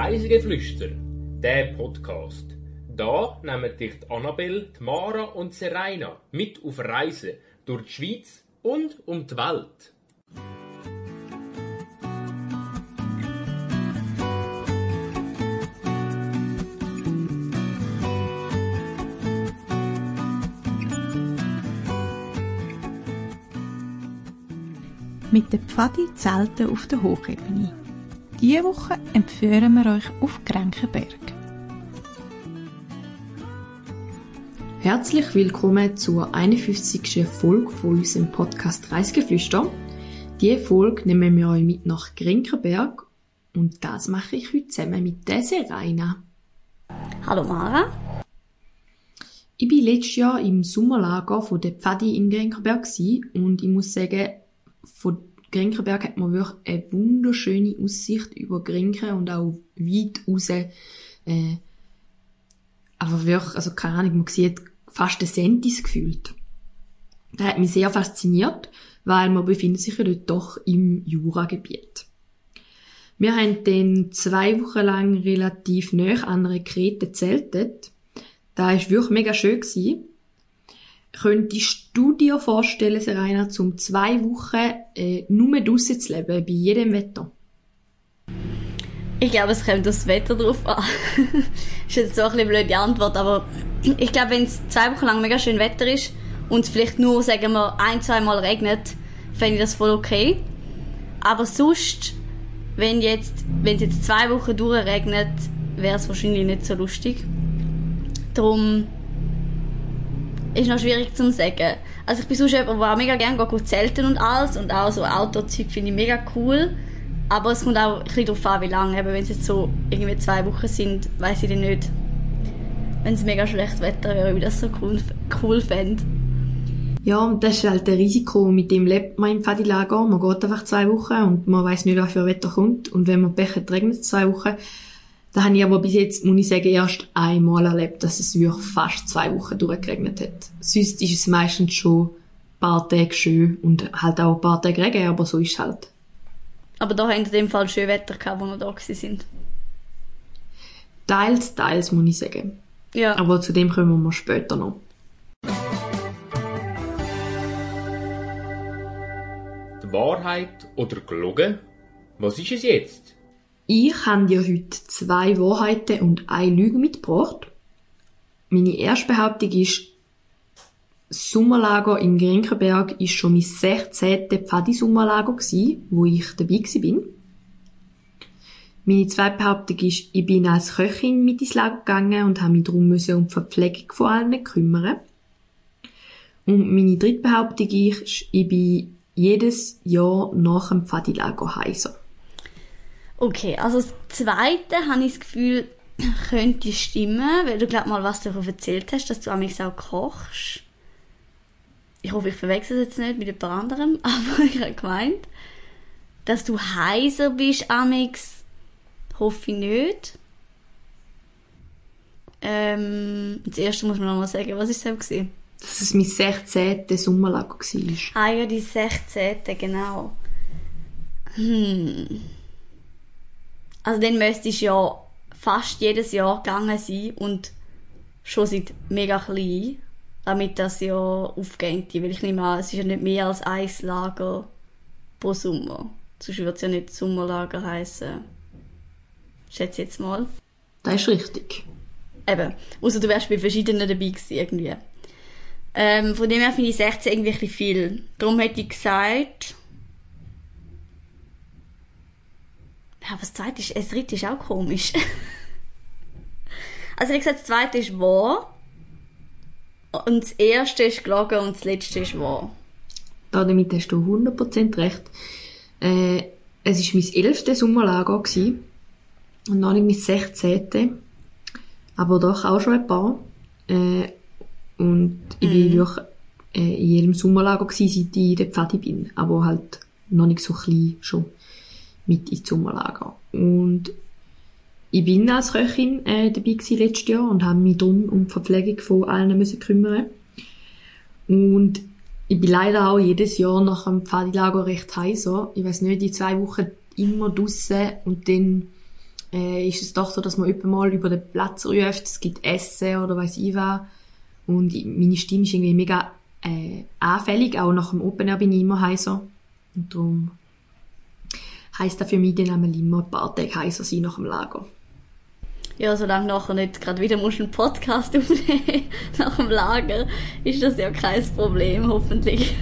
Reisegeflüster, der Podcast. Da nehmen dich die Annabelle, die Mara und Seraina mit auf Reisen durch die Schweiz und um die Welt. Mit den Pfadi-Zelten auf der Hochebene. Diese Woche entführen wir euch auf Grenkenberg. Herzlich willkommen zur 51. Folge von unserem Podcast Reisegeflüster. Diese Folge nehmen wir euch mit nach Grenkenberg und das mache ich heute zusammen mit der Seraina. Hallo Mara. Ich war letztes Jahr im Sommerlager von der Pfadi in Grenkenberg und ich muss sagen, von Grenkenberg hat man wirklich eine wunderschöne Aussicht über Grenken und auch weit raus. Aber wirklich, also keine Ahnung, man sieht fast den Sentis gefühlt. Das hat mich sehr fasziniert, weil man befindet sich ja dort doch im Juragebiet. Wir haben dann 2 Wochen lang relativ nahe an einer Krete gezeltet. Das war wirklich mega schön gewesen. Könntest du dir vorstellen, Seraina, um 2 Wochen nur draussen zu leben, bei jedem Wetter? Ich glaube, es kommt aufs Wetter drauf an. Ist jetzt so ein bisschen blöde Antwort, aber ich glaube, wenn es 2 Wochen lang mega schön Wetter ist und es vielleicht nur, sagen wir, 1-2 Mal regnet, fände ich das voll okay. Aber sonst, wenn es jetzt 2 Wochen durchregnet, wäre es wahrscheinlich nicht so lustig. Darum ist noch schwierig zu sagen. Also ich bin sonst jemand, der auch mega gerne zelten und alles und auch so Autozeug finde ich mega cool. Aber es kommt auch ein bisschen darauf an, wie lange. Wenn es jetzt so irgendwie 2 Wochen sind, weiss ich dann nicht. Wenn es mega schlecht Wetter wäre, wie ich das so cool fände. Ja, und das ist halt ein Risiko, mit dem lebt man im Pfadilager. Man geht einfach 2 Wochen und man weiss nicht, was für Wetter kommt. Und wenn man Pech hat, regnet es 2 Wochen. Da habe ich aber bis jetzt, muss ich sagen, erst einmal erlebt, dass es wirklich fast 2 Wochen durchgeregnet hat. Sonst ist es meistens schon ein paar Tage schön und halt auch ein paar Tage Regen, aber so ist es halt. Aber da haben in dem Fall schön Wetter gehabt, wo wir da sind. Teils, muss ich sagen. Ja. Aber zu dem kommen wir später noch. Die Wahrheit oder gelogen? Was ist es jetzt? Ich habe dir heute 2 Wahrheiten und 1 Lüge mitgebracht. Meine erste Behauptung ist, das Sommerlager in Grenkenberg war schon mein 16. Pfadi-Sommerlager, wo ich dabei war. Meine zweite Behauptung ist, ich bin als Köchin mit ins Lager gegangen und habe mich darum um die Verpflegung von allen kümmern. Und meine dritte Behauptung ist, ich bin jedes Jahr nach dem Pfadi-Lager heiser. Okay, also das Zweite habe ich das Gefühl, könnte stimmen, weil du glaub mal, was du davon erzählt hast, dass du amigs auch kochst. Ich hoffe, ich verwechsel es jetzt nicht mit jemand anderem, aber ich habe gemeint, dass du heiser bist amigs, hoffe ich nicht. Das erste muss man noch mal sagen, was ist das gewesen? Dass es mein 16. Sommerlager war. Ah ja, die 16. genau. Also dann müsstest du ja fast jedes Jahr gegangen sein und schon seit mega klein, damit das ja aufgeht. Weil ich nehme an, es ist ja nicht mehr als 1 Lager pro Sommer. Sonst würde es ja nicht Sommerlager heissen. Schätze jetzt mal. Das ist richtig. Eben. Ausser du wärst bei verschiedenen dabei gewesen, irgendwie. Von dem her finde ich 16 irgendwie ein bisschen viel. Darum hätte ich gesagt... Ja, aber das dritte ist auch komisch. Also, wie gesagt, das zweite ist wahr. Und das erste ist gelogen und das letzte ist wahr. Damit hast du 100% recht. Es war mein 11. Sommerlager gewesen. Und noch nicht mein 16. Aber doch auch schon ein paar. Und ich war wirklich in jedem Sommerlager gewesen, seit ich in der Pfadi bin. Aber halt noch nicht so klein schon. Mit ins Sommerlager. Und ich bin als Köchin dabei gewesen letztes Jahr und habe mich darum um die Verpflegung von allen müssen kümmern. Und ich bin leider auch jedes Jahr nach dem Pfadilager recht heiser. Ich weiss nicht, die 2 Wochen immer draussen und dann ist es doch so, dass man öppe mal über den Platz ruft, es gibt Essen oder weiss ich was. Und meine Stimme ist irgendwie mega anfällig, auch nach dem Open Air bin ich immer heiser. Und darum heisst das für mich dann einmal immer ein paar Tage heiser sein nach dem Lager. Ja, solange nachher nicht gerade wieder musst einen Podcast aufnehmen nach dem Lager, ist das ja kein Problem, hoffentlich.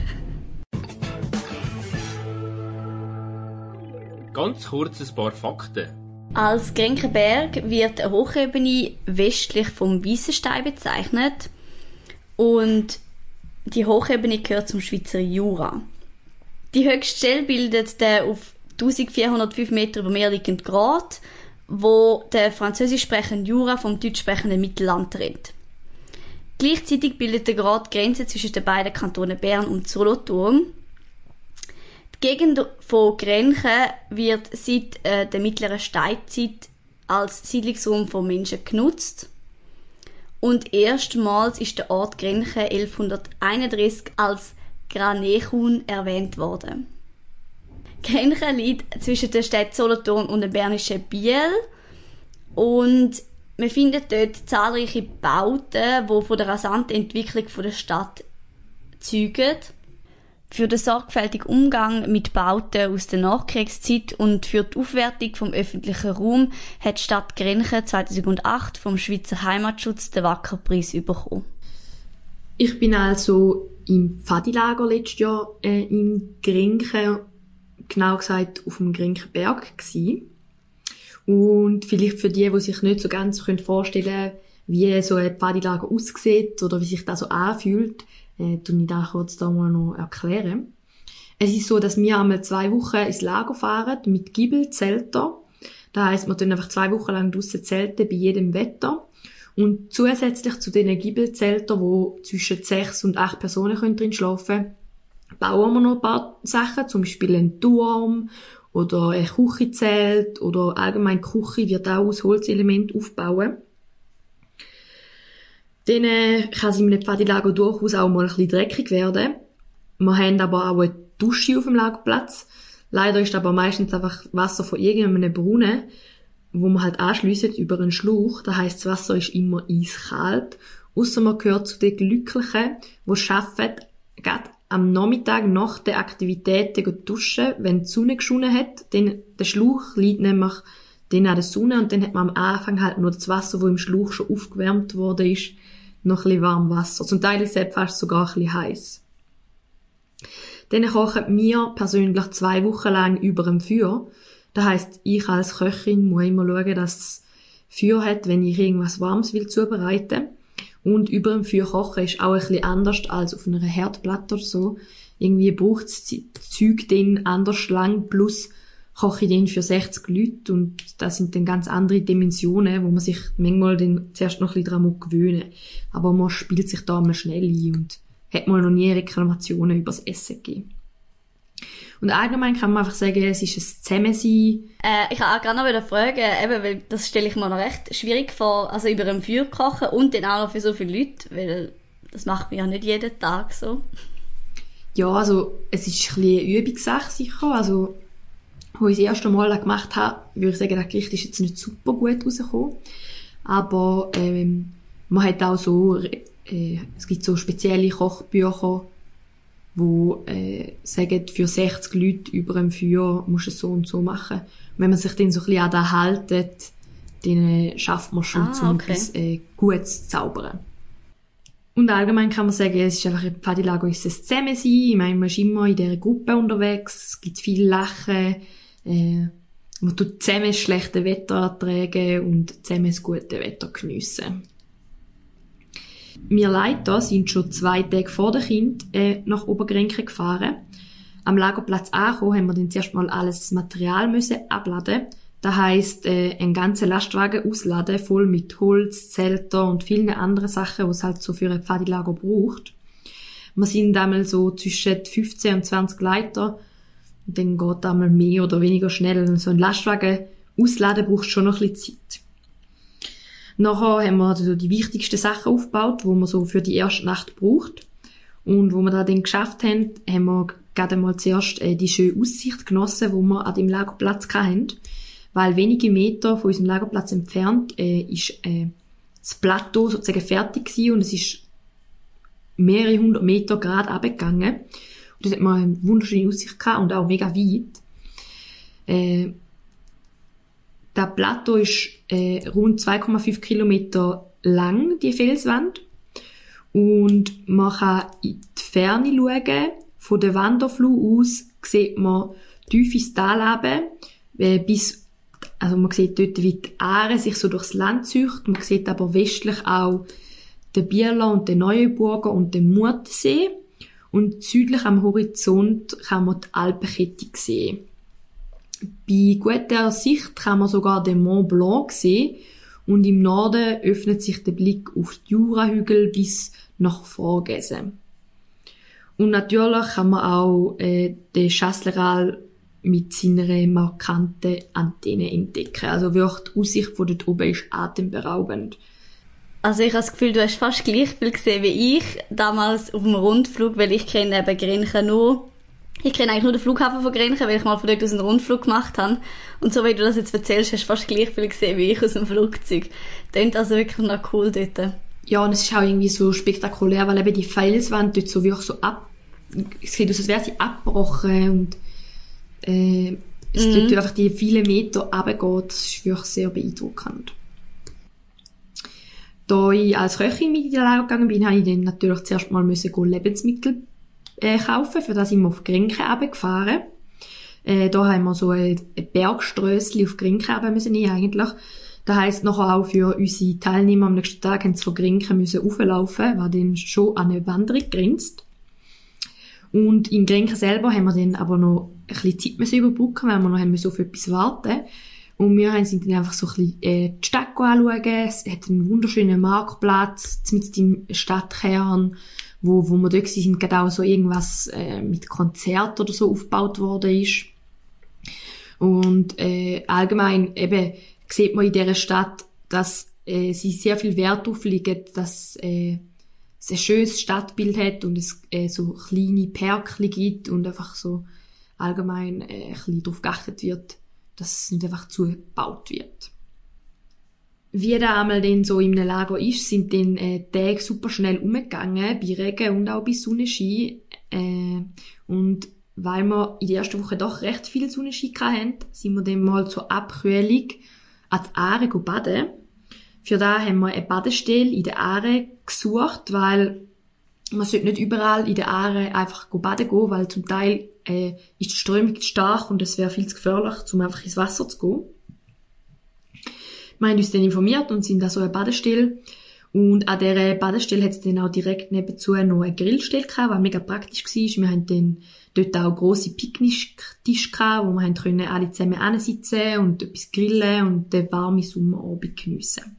Ganz kurz ein paar Fakten. Als Grenkenberg wird eine Hochebene westlich vom Weissenstein bezeichnet und die Hochebene gehört zum Schweizer Jura. Die höchste Stelle bildet der auf 1405 Meter über Meer liegende Grat, wo der französisch sprechende Jura vom deutsch sprechenden Mittelland trennt. Gleichzeitig bildet der Grat die Grenze zwischen den beiden Kantonen Bern und Solothurn. Die Gegend von Grenchen wird seit der mittleren Steinzeit als Siedlungsraum von Menschen genutzt. Und erstmals ist der Ort Grenchen 1131 als Granechun erwähnt worden. Grenchen liegt zwischen der Stadt Solothurn und dem bernischen Biel und man findet dort zahlreiche Bauten, die von der rasanten Entwicklung der Stadt zeugen. Für den sorgfältigen Umgang mit Bauten aus der Nachkriegszeit und für die Aufwertung vom öffentlichen Raum hat die Stadt Grenchen 2008 vom Schweizer Heimatschutz den Wackerpreis bekommen. Ich bin also im Pfadilager letztes Jahr in Grenchen, genau gesagt auf dem Grenkenberg gsi. Und vielleicht für die sich nicht so ganz vorstellen können, wie so ein Pfadilager aussieht oder wie sich das so anfühlt, tue ich das kurz da mal noch erklären. Es ist so, dass wir einmal 2 Wochen ins Lager fahren mit Giebelzelten. Das heisst, wir tun einfach 2 Wochen lang draussen zelten bei jedem Wetter. Und zusätzlich zu diesen Giebelzelten, wo zwischen 6 und 8 Personen drin schlafen können, bauen wir noch ein paar Sachen, zum Beispiel einen Turm oder ein Küchenzelt oder allgemein die Küche wird auch aus Holzelement aufbauen. Dann kann es in einem Pfadilager durchaus auch mal ein bisschen dreckig werden. Wir haben aber auch eine Dusche auf dem Lagerplatz. Leider ist aber meistens einfach Wasser von irgendeinem Brunnen, wo man halt anschliessen über einen Schlauch. Das heisst, das Wasser ist immer eiskalt. Ausser man gehört zu den Glücklichen, die arbeiten, gerade am Nachmittag nach den Aktivitäten duschen, wenn die Sonne geschonen hat. Denn der Schlauch liegt nämlich dann an der Sonne und dann hat man am Anfang halt nur das Wasser, das im Schlauch schon aufgewärmt worden ist, noch ein bisschen warm Wasser. Zum Teil ist es fast sogar ein bisschen heiß. Dann kochen wir persönlich 2 Wochen lang über dem Feuer. Das heisst, ich als Köchin muss immer schauen, dass es Feuer hat, wenn ich irgendwas Warmes will zubereiten. Und über dem Feuer kochen ist auch ein bisschen anders als auf einer Herdplatte oder so. Irgendwie braucht das Zeug dann anders lang, plus koche ich dann für 60 Leute und das sind dann ganz andere Dimensionen, wo man sich manchmal dann zuerst noch ein bisschen daran gewöhnen muss. Aber man spielt sich da mal schnell ein und hat mal noch nie Reklamationen über das Essen gegeben. Und allgemein kann man einfach sagen, es ist ein Zusammensein. Ich habe auch gerade noch wieder fragen, eben, weil das stelle ich mir noch recht schwierig vor, also über einem Feuer kochen und dann auch noch für so viele Leute, weil das macht man ja nicht jeden Tag so. Ja, also es ist ein bisschen eine Übungssache sicher, also als ich das erste Mal gemacht habe, würde ich sagen, das Gericht ist jetzt nicht super gut rausgekommen. Aber man hat auch so, es gibt so spezielle Kochbücher, wo sagen, für 60 Leute über einem Feuer musst du es so und so machen. Und wenn man sich dann so ein bisschen an das haltet, dann schafft man schon, etwas Gutes zu zaubern. Und allgemein kann man sagen, es ist einfach ein Pfadilager, ist ein Zusammensein. Ich meine, man ist immer in dieser Gruppe unterwegs, es gibt viel Lachen, man tut zusammen das schlechte Wetter ertragen und zusammen das gute Wetter geniessen. Wir Leiter sind schon 2 Tage vor dem Kind nach Obergrenken gefahren. Am Lagerplatz angekommen haben wir dann zuerst mal alles Material müssen abladen. Das heisst, einen ganzen Lastwagen ausladen, voll mit Holz, Zelten und vielen anderen Sachen, die es halt so für ein Pfadilager braucht. Wir sind einmal so zwischen 15 und 20 Leiter. Und dann geht einmal mehr oder weniger schnell. So ein Lastwagen ausladen braucht schon noch ein bisschen Zeit. Nachher haben wir so die wichtigsten Sachen aufgebaut, die man so für die erste Nacht braucht. Und wo wir das dann geschafft haben, haben wir gerade mal zuerst die schöne Aussicht genossen, die wir an dem Lagerplatz hatten. weil wenige Meter von unserem Lagerplatz entfernt ist das Plateau sozusagen fertig gewesen und es ist mehrere 100 Meter gerade runtergegangen. Und das hat man eine wunderschöne Aussicht gehabt und auch mega weit. Das Plateau ist rund 2,5 Kilometer lang, die Felswand. Und man kann in die Ferne schauen. Von der Wanderfluh aus sieht man tief ins Tal runter, also man sieht dort, wie die Aare sich so durchs Land zieht. Man sieht aber westlich auch den Bieler und den Neuenburger und den Murtensee. Und südlich am Horizont kann man die Alpenkette sehen. Bei guter Sicht kann man sogar den Mont Blanc sehen. Und im Norden öffnet sich der Blick auf die Jurahügel bis nach Vorgesen. Und natürlich kann man auch den Chasseral mit seiner markanten Antenne entdecken. Also wirklich die Aussicht von dort oben ist atemberaubend. Also ich habe das Gefühl, du hast fast gleich viel gesehen wie ich damals auf dem Rundflug, weil ich kenne eben Grenchen nur. Ich kenne eigentlich nur den Flughafen von Grenchen, weil ich mal von dort aus einen Rundflug gemacht habe. Und so wie du das jetzt erzählst, hast du fast gleich viel gesehen wie ich aus dem Flugzeug. Klingt also wirklich noch cool dort. Ja, und es ist auch irgendwie so spektakulär, weil eben die Felswand dort so wirklich so es sieht aus, als wäre sie abgebrochen und es dort einfach die vielen Meter runtergeht. Das ist wirklich sehr beeindruckend. Da ich als Köchin mit in die Lager gegangen bin, habe ich dann natürlich zuerst mal Lebensmittel kaufen. Für das sind wir auf Grenchen runtergefahren. Da haben wir so ein Bergströssli auf Grenchen runter müssen eigentlich. Das heisst nachher auch für unsere Teilnehmer am nächsten Tag haben sie von Grenchen müssen rauflaufen, was dann schon an eine Wanderung grenzt. Und in Grenchen selber haben wir dann aber noch ein bisschen Zeit müssen überbrücken, weil wir noch haben müssen auf etwas warten. Und wir sind dann einfach so ein bisschen die Stadt anschauen. Es hat einen wunderschönen Marktplatz mit dem Stadtkern, wo wir dort sind, gerade auch so irgendwas mit Konzert oder so aufgebaut worden ist. Und allgemein eben sieht man in dieser Stadt, dass sie sehr viel Wert darauf legen, dass es ein schönes Stadtbild hat und es so kleine Pärkchen gibt und einfach so allgemein ein bisschen darauf geachtet wird, dass es nicht einfach zugebaut wird. Wie da einmal dann so in einem Lager ist, sind dann Tage super schnell umgegangen, bei Regen und auch bei Sonnenschein. Und weil wir in der ersten Woche doch recht viel Sonnenschein hatten, sind wir dann mal zur Abkühlung an die Aare baden. Für da haben wir eine Badestelle in der Aare gesucht, weil man sollte nicht überall in der Aare einfach baden gehen, weil zum Teil ist die Strömung stark und es wäre viel zu gefährlich, um einfach ins Wasser zu gehen. Wir haben uns dann informiert und sind an so einer Badestelle. Und an dieser Badestelle hat es dann auch direkt nebenzu noch eine Grillstelle gehabt, was mega praktisch war. Wir haben dann dort auch grosse Picknicktische gehabt, wo wir alle zusammen hinsitzen und etwas grillen und den warmen Sommerabend geniessen.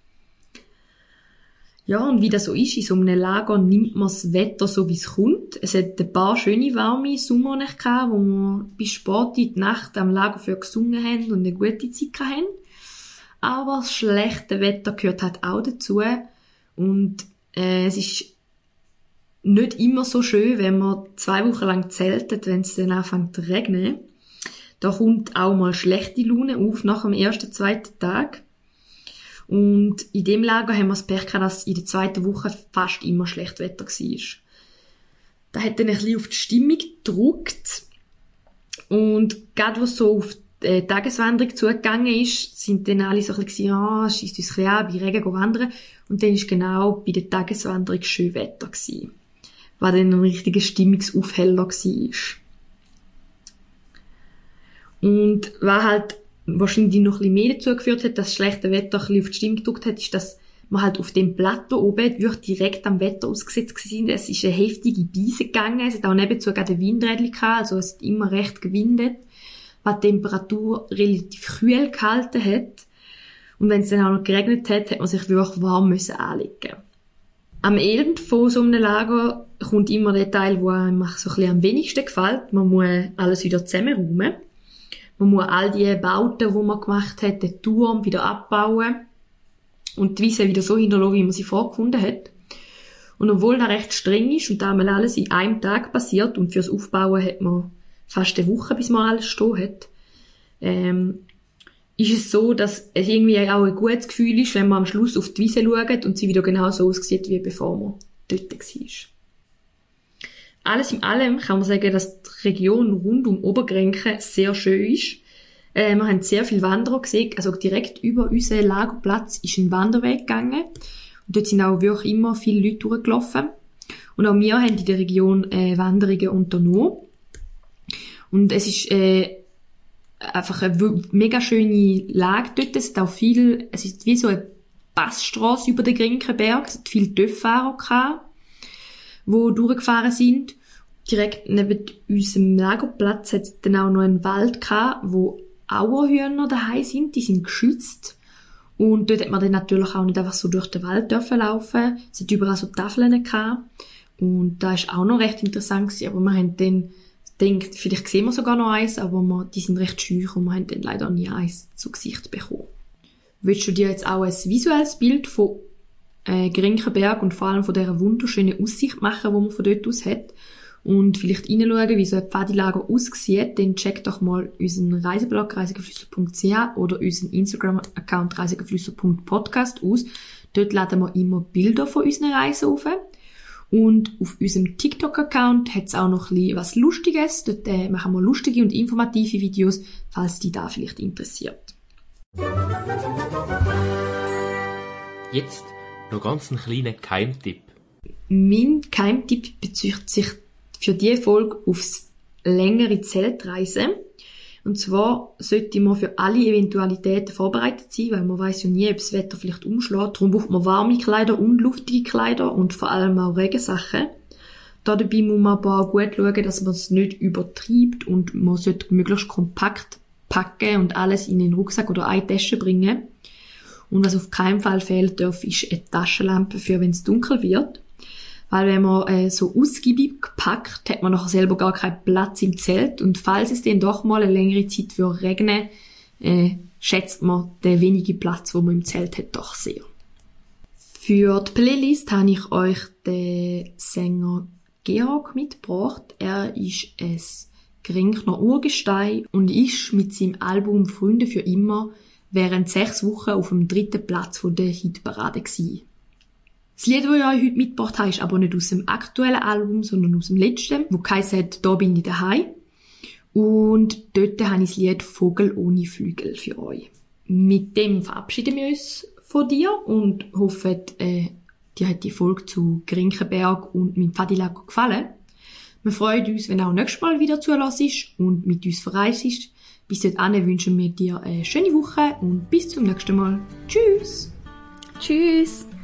Ja, und wie das so ist, in so einem Lager nimmt man das Wetter so, wie es kommt. Es hat ein paar schöne, warme Sommernächte gehabt, wo wir bis spät in die Nacht am Lagerfeuer gesungen haben und eine gute Zeit hatten. Aber das schlechte Wetter gehört halt auch dazu. Und es ist nicht immer so schön, wenn man 2 Wochen lang zeltet, wenn es dann anfängt zu regnen. Da kommt auch mal schlechte Laune auf nach dem 1., 2. Tag. Und in dem Lager haben wir das Pech gehabt, dass in der 2. Woche fast immer schlecht Wetter war. Das hat dann ein bisschen auf die Stimmung gedrückt. Und gerade was so auf die Tageswanderung zugegangen ist, sind dann alle so ein bisschen, scheisst uns ein bisschen an, bei Regen wandern. Und dann ist genau bei der Tageswanderung schön Wetter gewesen. Was dann ein richtiger Stimmungsaufheller war. Und was halt wahrscheinlich noch ein bisschen mehr dazu geführt hat, dass das schlechte Wetter ein bisschen auf die Stimmung gedrückt hat, ist, dass wir halt auf dem Plateau oben wirklich direkt am Wetter ausgesetzt waren. Es ist eine heftige Beise gegangen, es hat auch nebenzu gerade ein Windrädchen gehabt, also es hat immer recht gewindet, was die Temperatur relativ kühl gehalten hat. Und wenn es dann auch noch geregnet hat, hat man sich wirklich warm anlegen. Am Ende von so einem Lager kommt immer der Teil, der einem so ein bisschen am wenigsten gefällt. Man muss alles wieder zusammenräumen. Man muss all die Bauten, die man gemacht hat, den Turm wieder abbauen und die Wiese wieder so hinterlassen, wie man sie vorgefunden hat. Und obwohl das recht streng ist und einmal alles in einem Tag passiert und fürs Aufbauen hat man fast eine Woche, bis man alles stehen hat, ist es so, dass es irgendwie auch ein gutes Gefühl ist, wenn man am Schluss auf die Wiese schaut und sie wieder genau so aussieht, wie bevor man dort war. Alles in allem kann man sagen, dass die Region rund um Obergrenchen sehr schön ist. Wir haben sehr viele Wanderer gesehen, also direkt über unseren Lagerplatz ist ein Wanderweg gegangen. Und dort sind auch wirklich immer viele Leute durchgelaufen. Und auch wir haben in der Region Wanderungen unternommen. Und es ist einfach eine mega schöne Lage dort. Es ist wie so eine Passstrasse über den Grinkenberg. Es hat viele Töfffahrer gehabt, die durchgefahren sind. Direkt neben unserem Lagerplatz hat es dann auch noch einen Wald gehabt, wo Auerhühner daheim sind. Die sind geschützt. Und dort hat man dann natürlich auch nicht einfach so durch den Wald dürfen laufen. Es hat überall so Tafeln gehabt. Und da ist auch noch recht interessant gewesen. Aber wir haben dann gedacht, vielleicht sehen wir sogar noch eins, aber die sind recht scheu und wir haben dann leider nie eins zu Gesicht bekommen. Willst du dir jetzt auch ein visuelles Bild von Grinkenberg und vor allem von dieser wunderschönen Aussicht machen, die man von dort aus hat? Und vielleicht reinschauen, wie so ein Pfadilager aussieht, dann check doch mal unseren Reiseblog reisegeflüster.ch oder unseren Instagram-Account reisegeflüster.podcast aus. Dort laden wir immer Bilder von unseren Reisen auf. Und auf unserem TikTok-Account hat es auch noch ein bisschen was Lustiges. Dort machen wir lustige und informative Videos, falls dich da vielleicht interessiert. Jetzt noch ganz einen kleinen Geheimtipp. Mein Geheimtipp bezieht sich für diese Folge aufs längere Zeltreisen. Und zwar sollte man für alle Eventualitäten vorbereitet sein, weil man weiss ja nie, ob das Wetter vielleicht umschlägt. Darum braucht man warme Kleider und luftige Kleider und vor allem auch Regensachen. Dabei muss man aber auch gut schauen, dass man es nicht übertreibt und man sollte möglichst kompakt packen und alles in den Rucksack oder eine Tasche bringen. Und was auf keinen Fall fehlen darf, ist eine Taschenlampe für, wenn es dunkel wird. Weil wenn man so ausgiebig packt, hat man nachher selber gar keinen Platz im Zelt. Und falls es dann doch mal eine längere Zeit für regnen, schätzt man den wenigen Platz, den man im Zelt hat, doch sehr. Für die Playlist habe ich euch den Sänger Georg mitgebracht. Er ist ein Grinkner Urgestein und ist mit seinem Album Freunde für immer während 6 Wochen auf dem 3. Platz von der Hitparade gewesen. Das Lied, das ich euch heute mitgebracht habe, ist aber nicht aus dem aktuellen Album, sondern aus dem letzten, wo heisst «Da bin ich daheim». Und dort habe ich das Lied «Vogel ohne Flügel» für euch. Mit dem verabschieden wir uns von dir und hoffen, dir hat die Folge zu Grinkenberg und meinem Pfadilager gefallen. Wir freuen uns, wenn du auch nächstes Mal wieder zuhörst und mit uns verreist. Bis dahin wünschen wir dir eine schöne Woche und bis zum nächsten Mal. Tschüss! Tschüss!